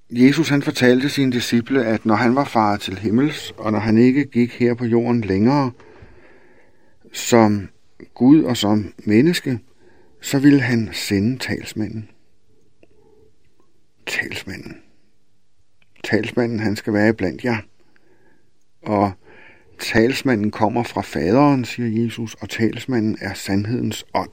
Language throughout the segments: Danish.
Jesus han fortalte sine disciple, at når han var faret til himmels, og når han ikke gik her på jorden længere som Gud og som menneske, så ville han sende talsmanden. Talsmanden han skal være blandt jer. Og talsmanden kommer fra faderen, siger Jesus, og talsmanden er sandhedens ånd.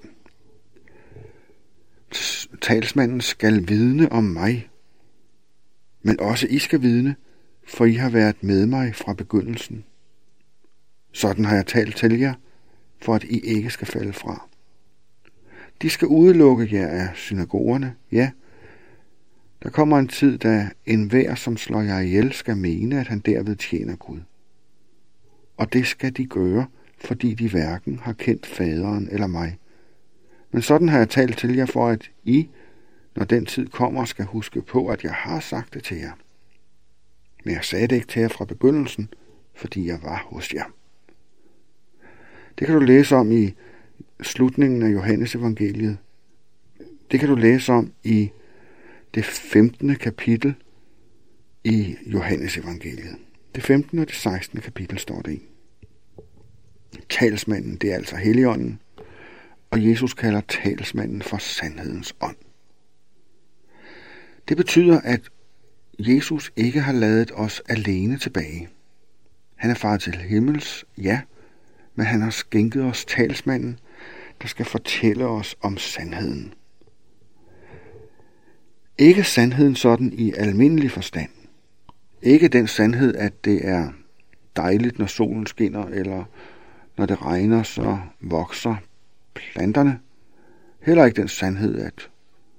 Talsmanden skal vidne om mig, men også I skal vidne, for I har været med mig fra begyndelsen. Sådan har jeg talt til jer, for at I ikke skal falde fra. De skal udelukke jer af synagogerne, ja. Der kommer en tid, da enhver, som slår jer ihjel, skal mene, at han derved tjener Gud. Og det skal de gøre, fordi de hverken har kendt faderen eller mig. Men sådan har jeg talt til jer, for at I, når den tid kommer, skal huske på, at jeg har sagt det til jer. Men jeg sagde det ikke til jer fra begyndelsen, fordi jeg var hos jer. Det kan du læse om i slutningen af Johannes evangeliet. Det kan du læse om i det 15. kapitel i Johannes evangeliet. Det 15. og det 16. kapitel står det i. Talsmanden, det er altså Helligånden, og Jesus kalder talsmanden for sandhedens ånd. Det betyder, at Jesus ikke har ladet os alene tilbage. Han er faret til himmels, ja, men han har skænket os talsmanden, der skal fortælle os om sandheden. Ikke sandheden sådan i almindelig forstand. Ikke den sandhed, at det er dejligt, når solen skinner, eller når det regner, så vokser planterne. Heller ikke den sandhed, at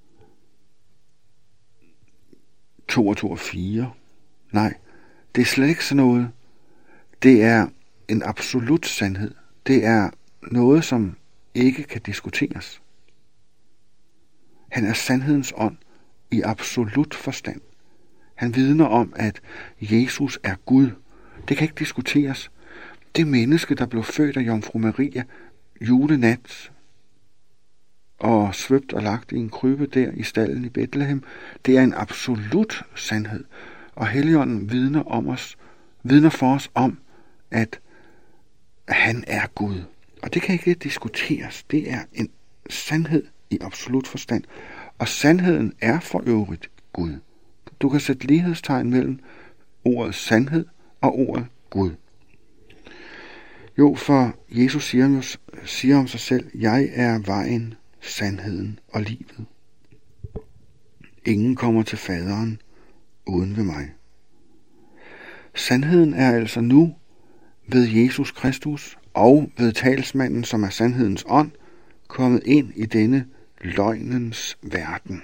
2 og 2 er 4. Nej, det er slet ikke sådan noget. Det er en absolut sandhed. Det er noget, som ikke kan diskuteres. Han er sandhedens ånd i absolut forstand. Han vidner om, at Jesus er Gud. Det kan ikke diskuteres. Det menneske, der blev født af Jomfru Maria julenat og svøbt og lagt i en krybbe der i stalden i Bethlehem, det er en absolut sandhed. Og Helligånden vidner for os om, at han er Gud. Og det kan ikke diskuteres. Det er en sandhed i absolut forstand. Og sandheden er for øvrigt Gud. Du kan sætte lighedstegn mellem ordet sandhed og ordet Gud. Jo, for Jesus siger om sig selv, jeg er vejen, sandheden og livet. Ingen kommer til faderen uden ved mig. Sandheden er altså nu ved Jesus Kristus og ved talsmanden, som er sandhedens ånd, kommet ind i denne løgnens verden.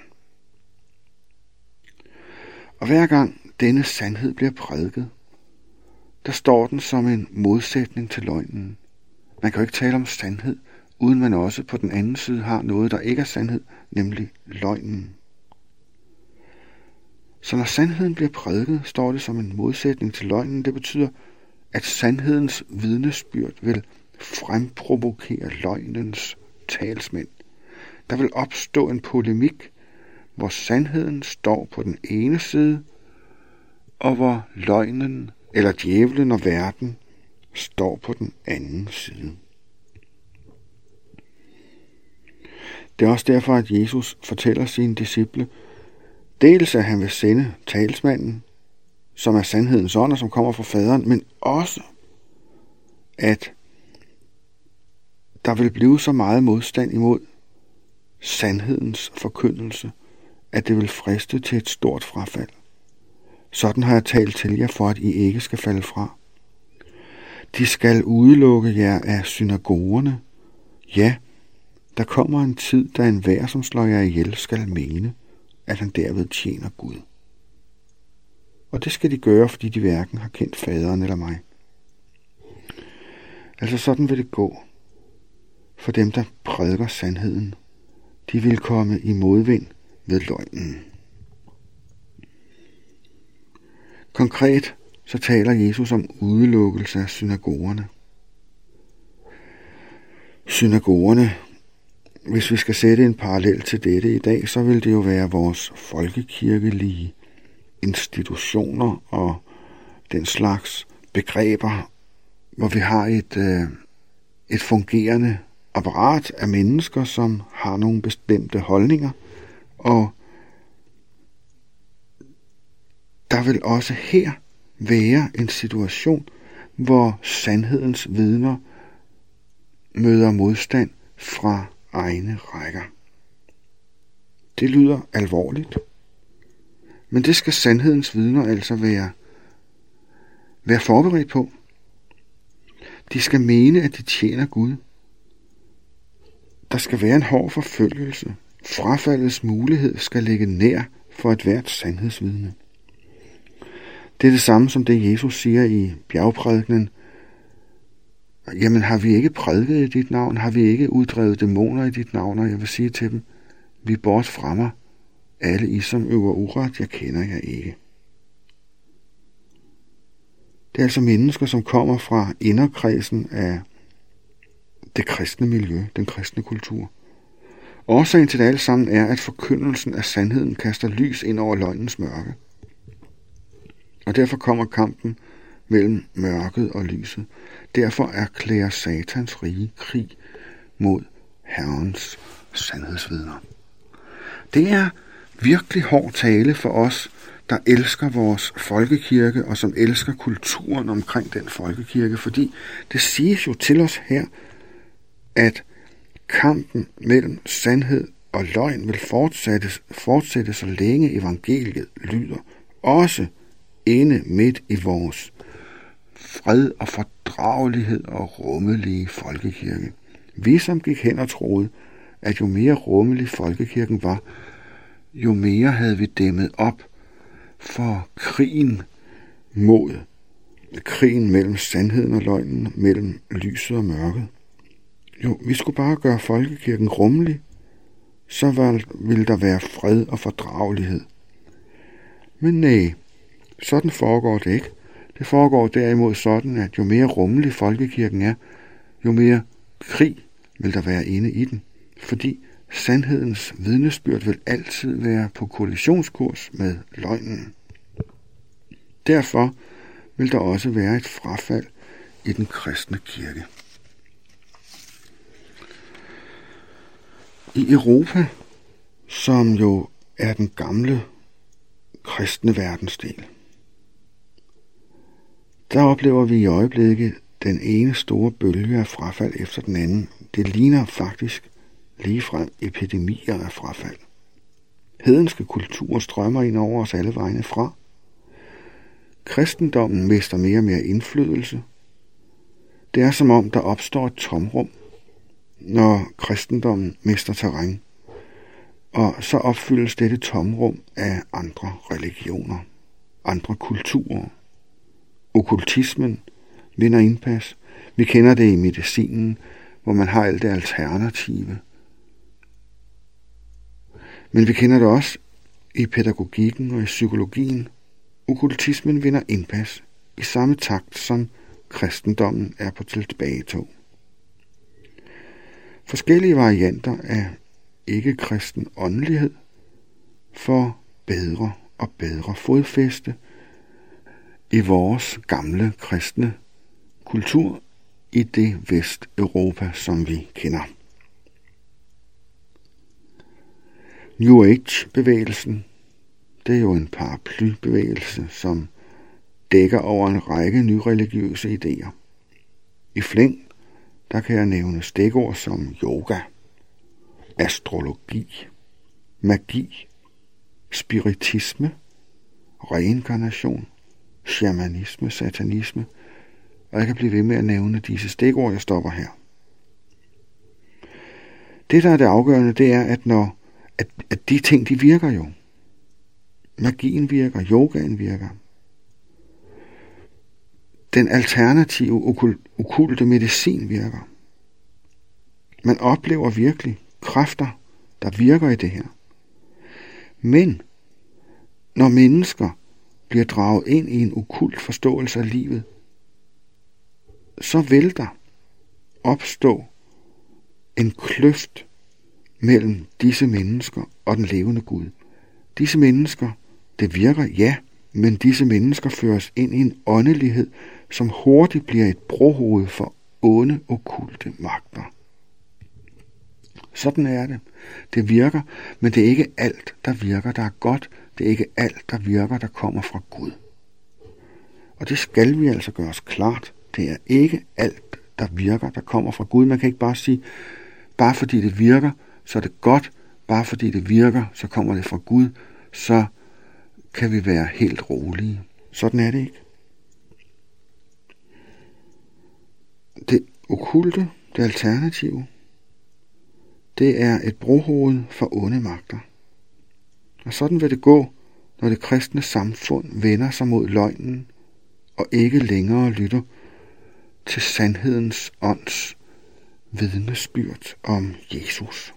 Og hver gang denne sandhed bliver prædiket, der står den som en modsætning til løgnen. Man kan jo ikke tale om sandhed, uden man også på den anden side har noget, der ikke er sandhed, nemlig løgnen. Så når sandheden bliver prædiket, står det som en modsætning til løgnen. Det betyder, at sandhedens vidnesbyrd vil fremprovokere løgnens talsmænd. Der vil opstå en polemik, hvor sandheden står på den ene side, og hvor løgnen eller djævlen og verden står på den anden side. Det er også derfor, at Jesus fortæller sine disciple, dels at han vil sende talsmanden, som er sandhedens ånd, og som kommer fra faderen, men også, at der vil blive så meget modstand imod sandhedens forkyndelse, at det vil friste til et stort frafald. Sådan har jeg talt til jer, for at I ikke skal falde fra. De skal udelukke jer af synagogerne. Ja, der kommer en tid, da enhver, som slår jer ihjel, skal mene, at han derved tjener Gud. Og det skal de gøre, fordi de hverken har kendt faderen eller mig. Altså sådan vil det gå for dem, der prædiker sandheden. De vil komme i modvind ved løgnen. Konkret så taler Jesus om udelukkelse af synagogerne. Synagogerne, hvis vi skal sætte en parallel til dette i dag, så vil det jo være vores folkekirkelige institutioner og den slags begreber, hvor vi har et fungerende apparat af mennesker, som har nogle bestemte holdninger, og der vil også her være en situation, hvor sandhedens vidner møder modstand fra egne rækker. Det lyder alvorligt, men det skal sandhedens vidner altså være forberedt på. De skal mene, at de tjener Gud. Der skal være en hård forfølgelse. Frafaldets mulighed skal ligge nær for et hvert sandhedsvidne. Det er det samme som det, Jesus siger i bjergprædikenen. Jamen, har vi ikke prædiket i dit navn? Har vi ikke uddrevet dæmoner i dit navn? Og jeg vil sige til dem, vi bort fra mig. Alle I, som øver uret, jeg kender jer ikke. Det er altså mennesker, som kommer fra inderkredsen af det kristne miljø, den kristne kultur. Årsagen til det alt sammen er, at forkyndelsen af sandheden kaster lys ind over løgnens mørke. Og derfor kommer kampen mellem mørket og lyset. Derfor erklærer Satans rige krig mod Herrens sandhedsvidner. Det er virkelig hård tale for os, der elsker vores folkekirke og som elsker kulturen omkring den folkekirke, fordi det siges jo til os her, at kampen mellem sandhed og løgn vil fortsætte så længe evangeliet lyder, også inde midt i vores fred og fordragelighed og rummelige folkekirke. Vi som gik hen og troede, at jo mere rummelig folkekirken var, jo mere havde vi dæmmet op for krigen mellem sandheden og løgnen, mellem lyset og mørket. Jo, vi skulle bare gøre folkekirken rummelig, så ville der være fred og fordragelighed. Men nej, sådan foregår det ikke. Det foregår derimod sådan, at jo mere rummelig folkekirken er, jo mere krig vil der være inde i den, fordi sandhedens vidnesbyrd vil altid være på kollisionskurs med løgnen. Derfor vil der også være et frafald i den kristne kirke. I Europa, som jo er den gamle kristne verdensdel, der oplever vi i øjeblikket den ene store bølge af frafald efter den anden. Det ligner faktisk ligefrem epidemier af frafald. Hedenske kulturer strømmer ind over os alle vegne fra. Kristendommen mister mere og mere indflydelse. Det er som om, der opstår et tomrum, når kristendommen mister terræn. Og så opfyldes dette tomrum af andre religioner, andre kulturer. Okkultismen vinder indpas. Vi kender det i medicinen, hvor man har alt det alternative. Men vi kender det også i pædagogikken og i psykologien. Okkultismen vinder indpas i samme takt, som kristendommen er på tilbagetog. Forskellige varianter af ikke-kristen åndelighed får bedre og bedre fodfæste i vores gamle kristne kultur i det Vesteuropa, som vi kender. New Age-bevægelsen, det er jo en paraplybevægelse, som dækker over en række nyreligiøse idéer. I flæng, der kan jeg nævne stikord som yoga, astrologi, magi, spiritisme, reinkarnation, shamanisme, satanisme, og jeg kan blive ved med at nævne disse stikord, jeg stopper her. Det, der er det afgørende, det er, at de ting, de virker jo. Magien virker, yogaen virker. Den alternative, okkulte medicin virker. Man oplever virkelig kræfter, der virker i det her. Men når mennesker bliver draget ind i en okkult forståelse af livet, så vil der opstå en kløft mellem disse mennesker og den levende Gud. Disse mennesker, det virker, ja, Men disse mennesker føres ind i en åndelighed, som hurtigt bliver et brohoved for onde, okkulte magter. Sådan er det. Det virker, men det er ikke alt, der virker, der er godt. Det er ikke alt, der virker, der kommer fra Gud. Og det skal vi altså gøre os klart. Det er ikke alt, der virker, der kommer fra Gud. Man kan ikke bare sige, bare fordi det virker, så er det godt. Bare fordi det virker, så kommer det fra Gud. Så kan vi være helt rolige. Sådan er det ikke. Det okkulte, det alternative, det er et brohoved for onde magter. Og sådan vil det gå, når det kristne samfund vender sig mod løgnen og ikke længere lytter til sandhedens ånds vidnesbyrd om Jesus.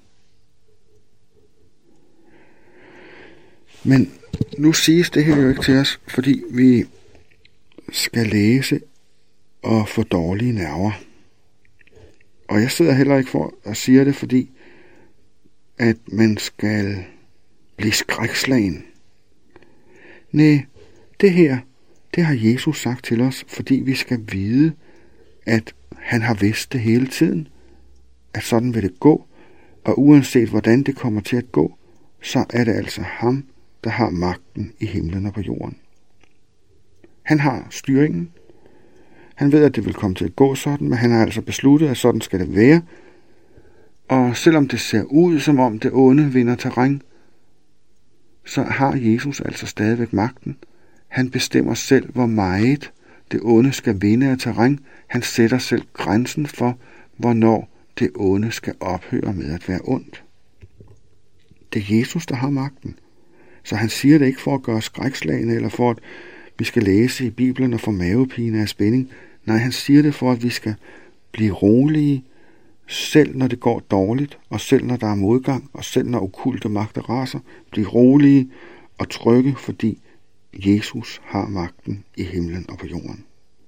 Men nu siges det her jo ikke til os, fordi vi skal læse og få dårlige nerver. Og jeg sidder heller ikke for at sige det, fordi at man skal blive skrækslagen. Nej, det her, det har Jesus sagt til os, fordi vi skal vide, at han har vidst det hele tiden, at sådan vil det gå, og uanset hvordan det kommer til at gå, så er det altså ham, der har magten i himlen og på jorden. Han har styringen. Han ved, at det vil komme til at gå sådan, men han har altså besluttet, at sådan skal det være. Og selvom det ser ud, som om det onde vinder terræn, så har Jesus altså stadigvæk magten. Han bestemmer selv, hvor meget det onde skal vinde af terræn. Han sætter selv grænsen for, hvornår det onde skal ophøre med at være ondt. Det er Jesus, der har magten. Så han siger det ikke for at gøre skrækslagene, eller for at vi skal læse i Bibelen og få mavepine af spænding. Nej, han siger det for, at vi skal blive rolige, selv når det går dårligt, og selv når der er modgang, og selv når okkulte magter raser. Blive rolige og trygge, fordi Jesus har magten i himlen og på jorden.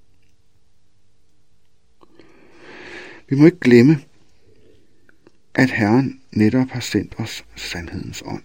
Vi må ikke glemme, at Herren netop har sendt os sandhedens ånd.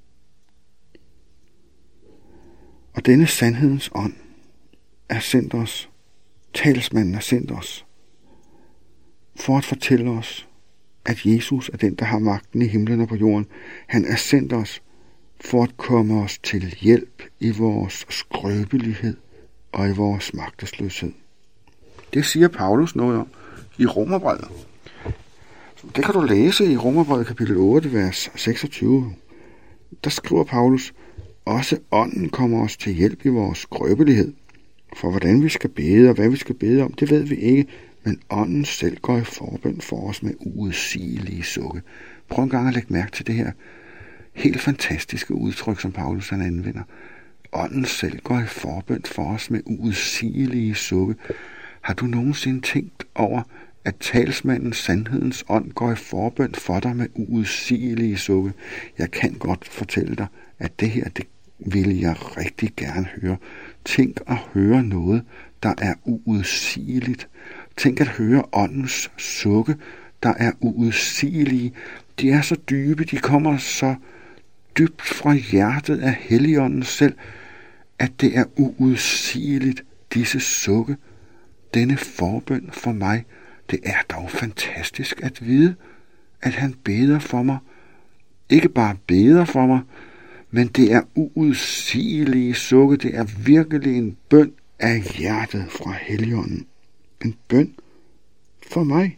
Og denne sandhedens ånd er sendt os, talsmanden er sendt os, for at fortælle os, at Jesus er den, der har magten i himlen og på jorden. Han er sendt os for at komme os til hjælp i vores skrøbelighed og i vores magtesløshed. Det siger Paulus noget om i Romerbrevet. Det kan du læse i Romerbrevet kapitel 8, vers 26. Der skriver Paulus, også ånden kommer os til hjælp i vores skrøbelighed. For hvordan vi skal bede og hvad vi skal bede om, det ved vi ikke, men ånden selv går i forbøn for os med uudsigelige sukke. Prøv en gang at lægge mærke til det her helt fantastiske udtryk, som Paulus han anvender. Ånden selv går i forbøn for os med uudsigelige sukke. Har du nogensinde tænkt over, at talsmanden sandhedens ånd går i forbøn for dig med uudsigelige sukke? Jeg kan godt fortælle dig, at det her, det vil jeg rigtig gerne høre. Tænk at høre noget, der er uudsigeligt. Tænk at høre åndens sukke, der er uudsigelige. De er så dybe, de kommer så dybt fra hjertet af Helligånden selv, at det er uudsigeligt, disse sukke, denne forbøn for mig. Det er dog fantastisk at vide, at han beder for mig. Ikke bare beder for mig, men det er uudsigelige sukke. Det er virkelig en bøn af hjertet fra Helligånden. En bøn for mig.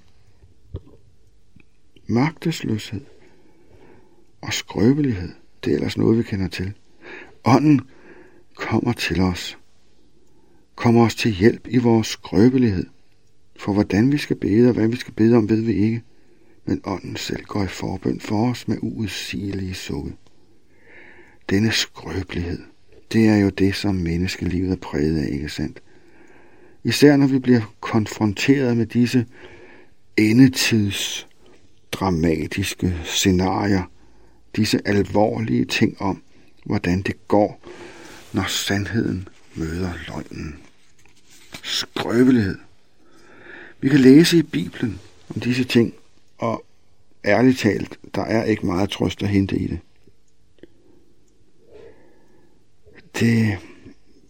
Magtesløshed og skrøbelighed, det er ellers noget, vi kender til. Ånden kommer til os. Kommer os til hjælp i vores skrøbelighed. For hvordan vi skal bede og hvad vi skal bede om, ved vi ikke. Men ånden selv går i forbøn for os med uudsigelige sukke. Denne skrøbelighed, det er jo det, som menneskelivet er præget af, ikke sandt? Især når vi bliver konfronteret med disse endetids dramatiske scenarier, disse alvorlige ting om, hvordan det går, når sandheden møder løgnen. Skrøbelighed. Vi kan læse i Bibelen om disse ting, og ærligt talt, der er ikke meget trøst at hente i det.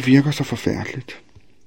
virker så forfærdeligt.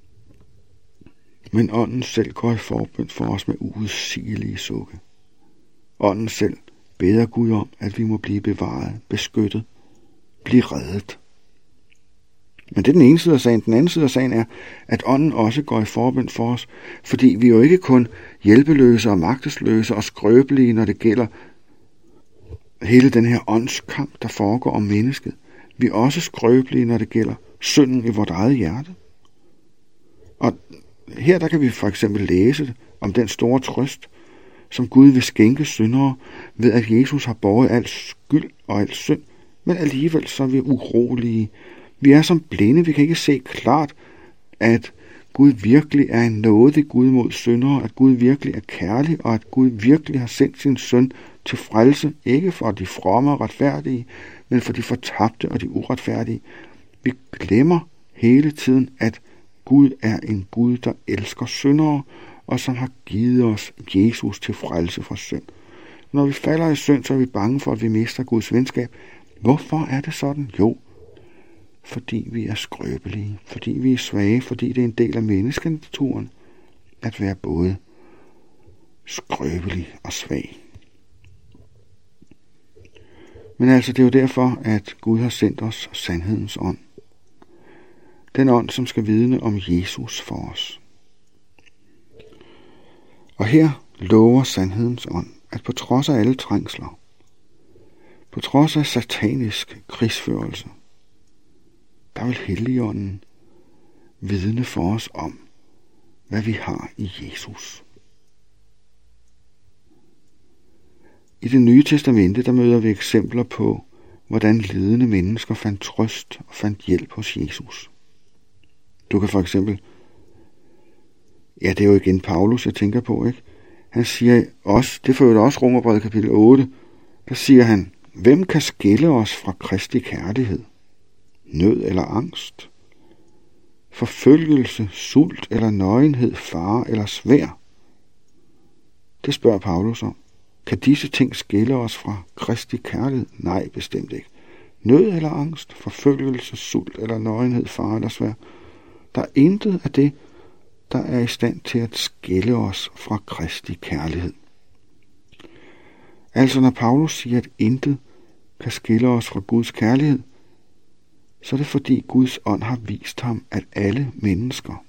Men ånden selv går i forbøn for os med uudsigelige sukke. Ånden selv beder Gud om, at vi må blive bevaret, beskyttet, blive reddet. Men det er den ene side af sagen. Den anden side af sagen er, at ånden også går i forbøn for os, fordi vi jo ikke kun hjælpeløse og magtesløse og skrøbelige, når det gælder hele den her åndskamp, der foregår om mennesket. Vi er også skrøbelige, når det gælder synden i vort eget hjerte. Og her der kan vi for eksempel læse om den store trøst, som Gud vil skænke syndere, ved at Jesus har båret al skyld og al synd, men alligevel så er vi urolige. Vi er som blinde, vi kan ikke se klart, at Gud virkelig er en nådig Gud mod syndere, at Gud virkelig er kærlig, og at Gud virkelig har sendt sin søn til frelse, ikke for de fromme og retfærdige, men for de fortabte og de uretfærdige. Vi glemmer hele tiden, at Gud er en Gud, der elsker syndere, og som har givet os Jesus til frelse fra synd. Når vi falder i synd, så er vi bange for, at vi mister Guds venskab. Hvorfor er det sådan? Jo, fordi vi er skrøbelige, fordi vi er svage, fordi det er en del af menneskenaturen at være både skrøbelig og svag. Men altså, det er jo derfor, at Gud har sendt os sandhedens ånd. Den ånd, som skal vidne om Jesus for os. Og her lover sandhedens ånd, at på trods af alle trængsler, på trods af satanisk krigsførelse, der vil Helligånden vidne for os om, hvad vi har i Jesus. I Det Nye Testamente, der møder vi eksempler på, hvordan lidende mennesker fandt trøst og fandt hjælp hos Jesus. Du kan for eksempel, det er jo igen Paulus, jeg tænker på, ikke? Han siger også, det får jo også Romerbrevet kapitel 8, der siger han, hvem kan skille os fra Kristi kærlighed? Nød eller angst? Forfølgelse, sult eller nøgenhed, fare eller svær? Det spørger Paulus om. Kan disse ting skille os fra Kristi kærlighed? Nej, bestemt ikke. Nød eller angst, forfølgelse, sult eller nøgenhed, fare eller svær? Der er intet af det, der er i stand til at skille os fra Kristi kærlighed. Altså når Paulus siger, at intet kan skille os fra Guds kærlighed, så er det fordi Guds ånd har vist ham, at alle mennesker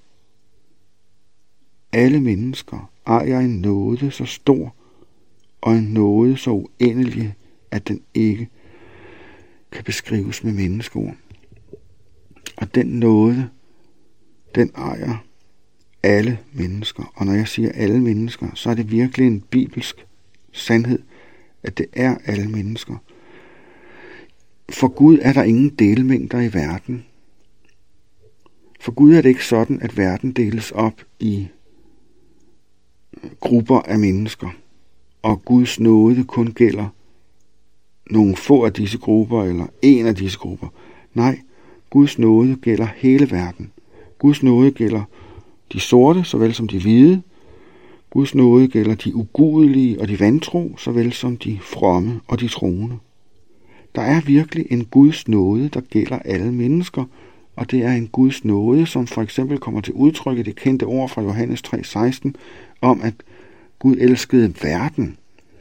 ejer en nåde så stor og en nåde så uendelig, at den ikke kan beskrives med menneskeord. Og den nåde, den ejer alle mennesker. Og når jeg siger alle mennesker, så er det virkelig en bibelsk sandhed, at det er alle mennesker. For Gud er der ingen delmængder i verden. For Gud er det ikke sådan, at verden deles op i grupper af mennesker, og Guds nåde kun gælder nogle få af disse grupper, eller en af disse grupper. Nej, Guds nåde gælder hele verden. Guds nåde gælder de sorte, såvel som de hvide. Guds nåde gælder de ugudelige og de vantro, såvel som de fromme og de troende. Der er virkelig en Guds nåde, der gælder alle mennesker, og det er en Guds nåde, som for eksempel kommer til udtryk i det kendte ord fra Johannes 3,16, om at Gud elskede verden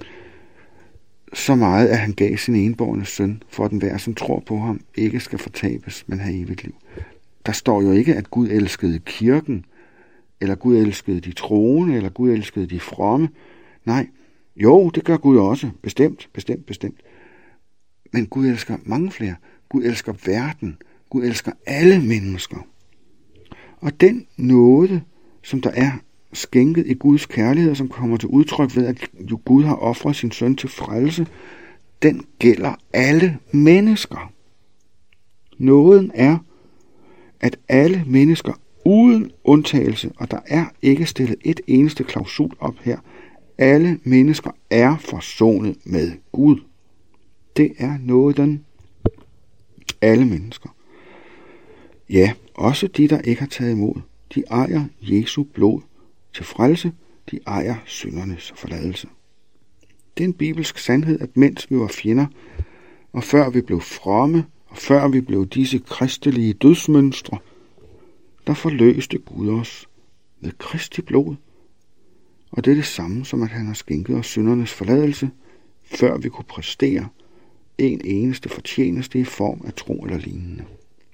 så meget, at han gav sin enbårne søn, for at den hver, som tror på ham, ikke skal fortabes, men have evigt liv. Der står jo ikke, at Gud elskede kirken, eller Gud elskede de troende, eller Gud elskede de fromme. Nej, jo, det gør Gud også. Bestemt. Men Gud elsker mange flere. Gud elsker verden. Gud elsker alle mennesker. Og den nåde, som der er skænket i Guds kærlighed, som kommer til udtryk ved, at Gud har ofret sin søn til frelse, den gælder alle mennesker. Nåden er, at alle mennesker uden undtagelse, og der er ikke stillet et eneste klausul op her, alle mennesker er forsonet med Gud. Det er nåden. Alle mennesker. Ja, også de, der ikke har taget imod. De ejer Jesu blod til frelse. De ejer syndernes forladelse. Det er en bibelsk sandhed, at mens vi var fjender, og før vi blev fromme, og før vi blev disse kristelige dødsmønstre, der forløste Gud os med Kristi blod. Og det er det samme som, at han har skænket os syndernes forladelse, før vi kunne præstere en eneste fortjeneste i form af tro eller lignende.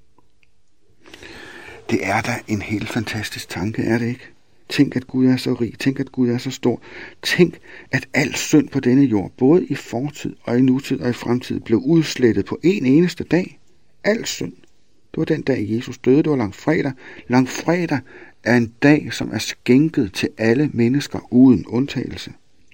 Det er da en helt fantastisk tanke, er det ikke? Tænk, at Gud er så rig. Tænk, at Gud er så stor. Tænk, at al synd på denne jord, både i fortid og i nutid og i fremtid, blev udslettet på en eneste dag. Al synd. Det var den dag, Jesus døde. Det var langfredag. Langfredag er en dag, som er skænket til alle mennesker uden undtagelse.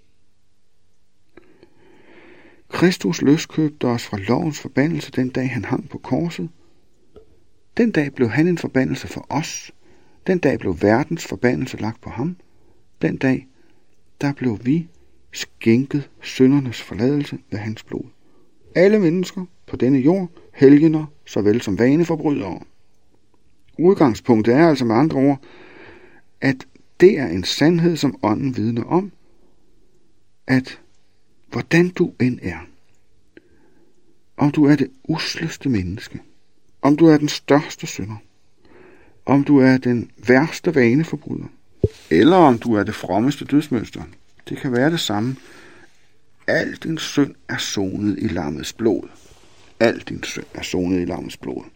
Kristus løskøbte os fra lovens forbandelse den dag, han hang på korset. Den dag blev han en forbandelse for os. Den dag blev verdens forbandelse lagt på ham. Den dag, der blev vi skænket syndernes forladelse ved hans blod. Alle mennesker på denne jord, helgener såvel som vaneforbrydere. Udgangspunktet er altså med andre ord, at det er en sandhed, som ånden vidner om, at hvordan du end er, om du er det usleste menneske, om du er den største synder, om du er den værste vaneforbryder, eller om du er det frommeste dødsmønster, det kan være det samme. Al din synd er sonet i lammets blod. Al din synd er sonet i lammets blod.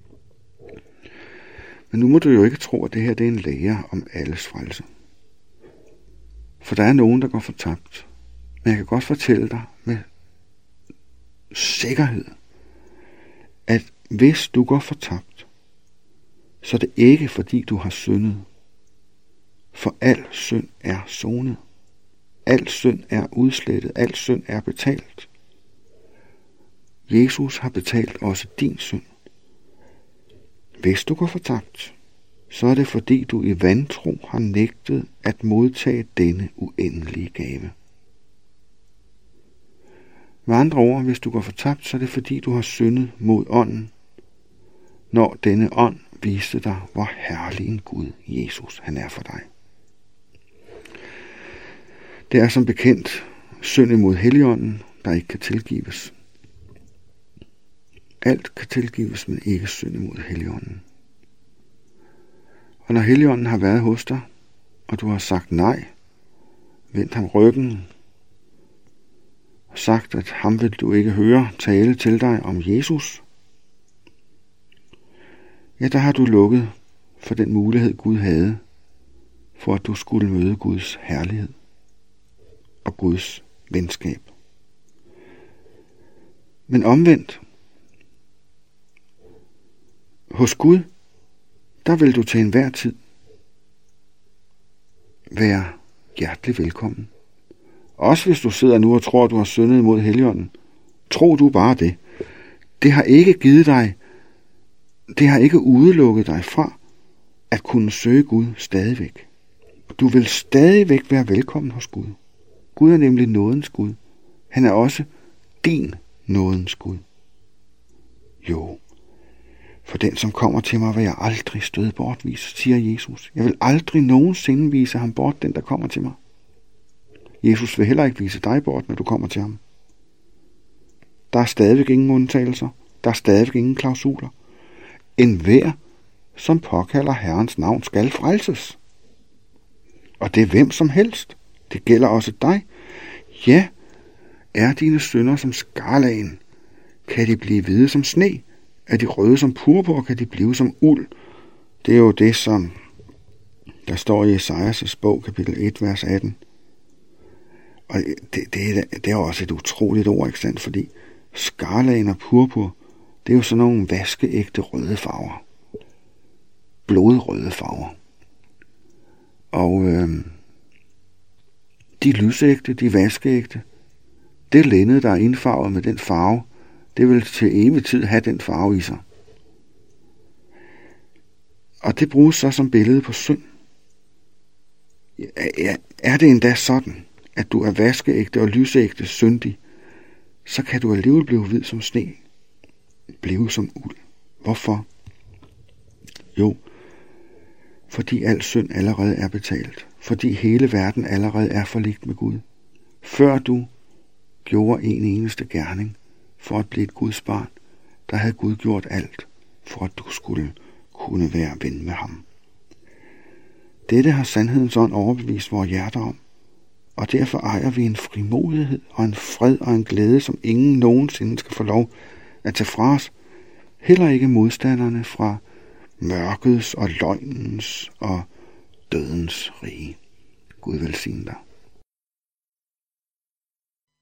Men nu må du jo ikke tro, at det her det er en lære om alles frelse. For der er nogen, der går fortabt. Men jeg kan godt fortælle dig med sikkerhed, at hvis du går fortabt, så er det ikke fordi du har syndet. For al synd er sonet. Al synd er udslettet. Al synd er betalt. Jesus har betalt også din synd. Hvis du går fortabt, så er det fordi du i vantro har nægtet at modtage denne uendelige gave. Med andre ord, hvis du går fortabt, så er det fordi du har syndet mod ånden, når denne ånd viste dig, hvor herlig en Gud Jesus han er for dig. Det er som bekendt synd imod Helligånden, der ikke kan tilgives. Alt kan tilgives, men ikke synd imod Helligånden. Og når Helligånden har været hos dig, og du har sagt nej, vendt ham ryggen, og sagt, at ham vil du ikke høre tale til dig om Jesus, ja, der har du lukket for den mulighed, Gud havde, for at du skulle møde Guds herlighed og Guds venskab. Men omvendt, hos Gud, der vil du til enhver tid være hjertelig velkommen. Også hvis du sidder nu og tror, at du har syndet imod Helligånden. Tro du bare det. Det har ikke givet dig, det har ikke udelukket dig fra at kunne søge Gud stadigvæk. Du vil stadigvæk være velkommen hos Gud. Gud er nemlig nådens Gud. Han er også din nådens Gud. Jo, for den som kommer til mig, vil jeg aldrig støde bortvise, siger Jesus. Jeg vil aldrig nogensinde vise ham bort, den der kommer til mig. Jesus vil heller ikke vise dig bort, når du kommer til ham. Der er stadigvæk ingen undtagelser. Der er stadigvæk ingen klausuler. Enhver, som påkalder Herrens navn, skal frelses. Og det er hvem som helst. Det gælder også dig. Ja, er dine synder som skarlagen, kan de blive hvide som sne. Er de røde som purpur, kan de blive som uld. Det er jo det, som der står i Esajas bog, kapitel 1, vers 18. Og det er også et utroligt ord, ikke sandt? Fordi skarlagen og purpur, det er jo sådan nogle vaskeægte røde farver. Blodrøde farver. Og de lysægte, de vaskeægte, det linned, der er indfarvet med den farve, det vil til evig tid have den farve i sig. Og det bruges så som billede på synd. Er det endda sådan, at du er vaskeægte og lysægte syndig, så kan du alligevel blive hvid som sne, blive som uld. Hvorfor? Jo, fordi al synd allerede er betalt. Fordi hele verden allerede er forligt med Gud. Før du gjorde en eneste gerning for at blive et Guds barn, der havde Gud gjort alt, for at du skulle kunne være ven med ham. Dette har sandhedens ånd overbevist vores hjerter om, og derfor ejer vi en frimodighed og en fred og en glæde, som ingen nogensinde skal få lov at tage fra os, heller ikke modstanderne fra mørkets og løgnens og dødens rige. Gud velsigne dig.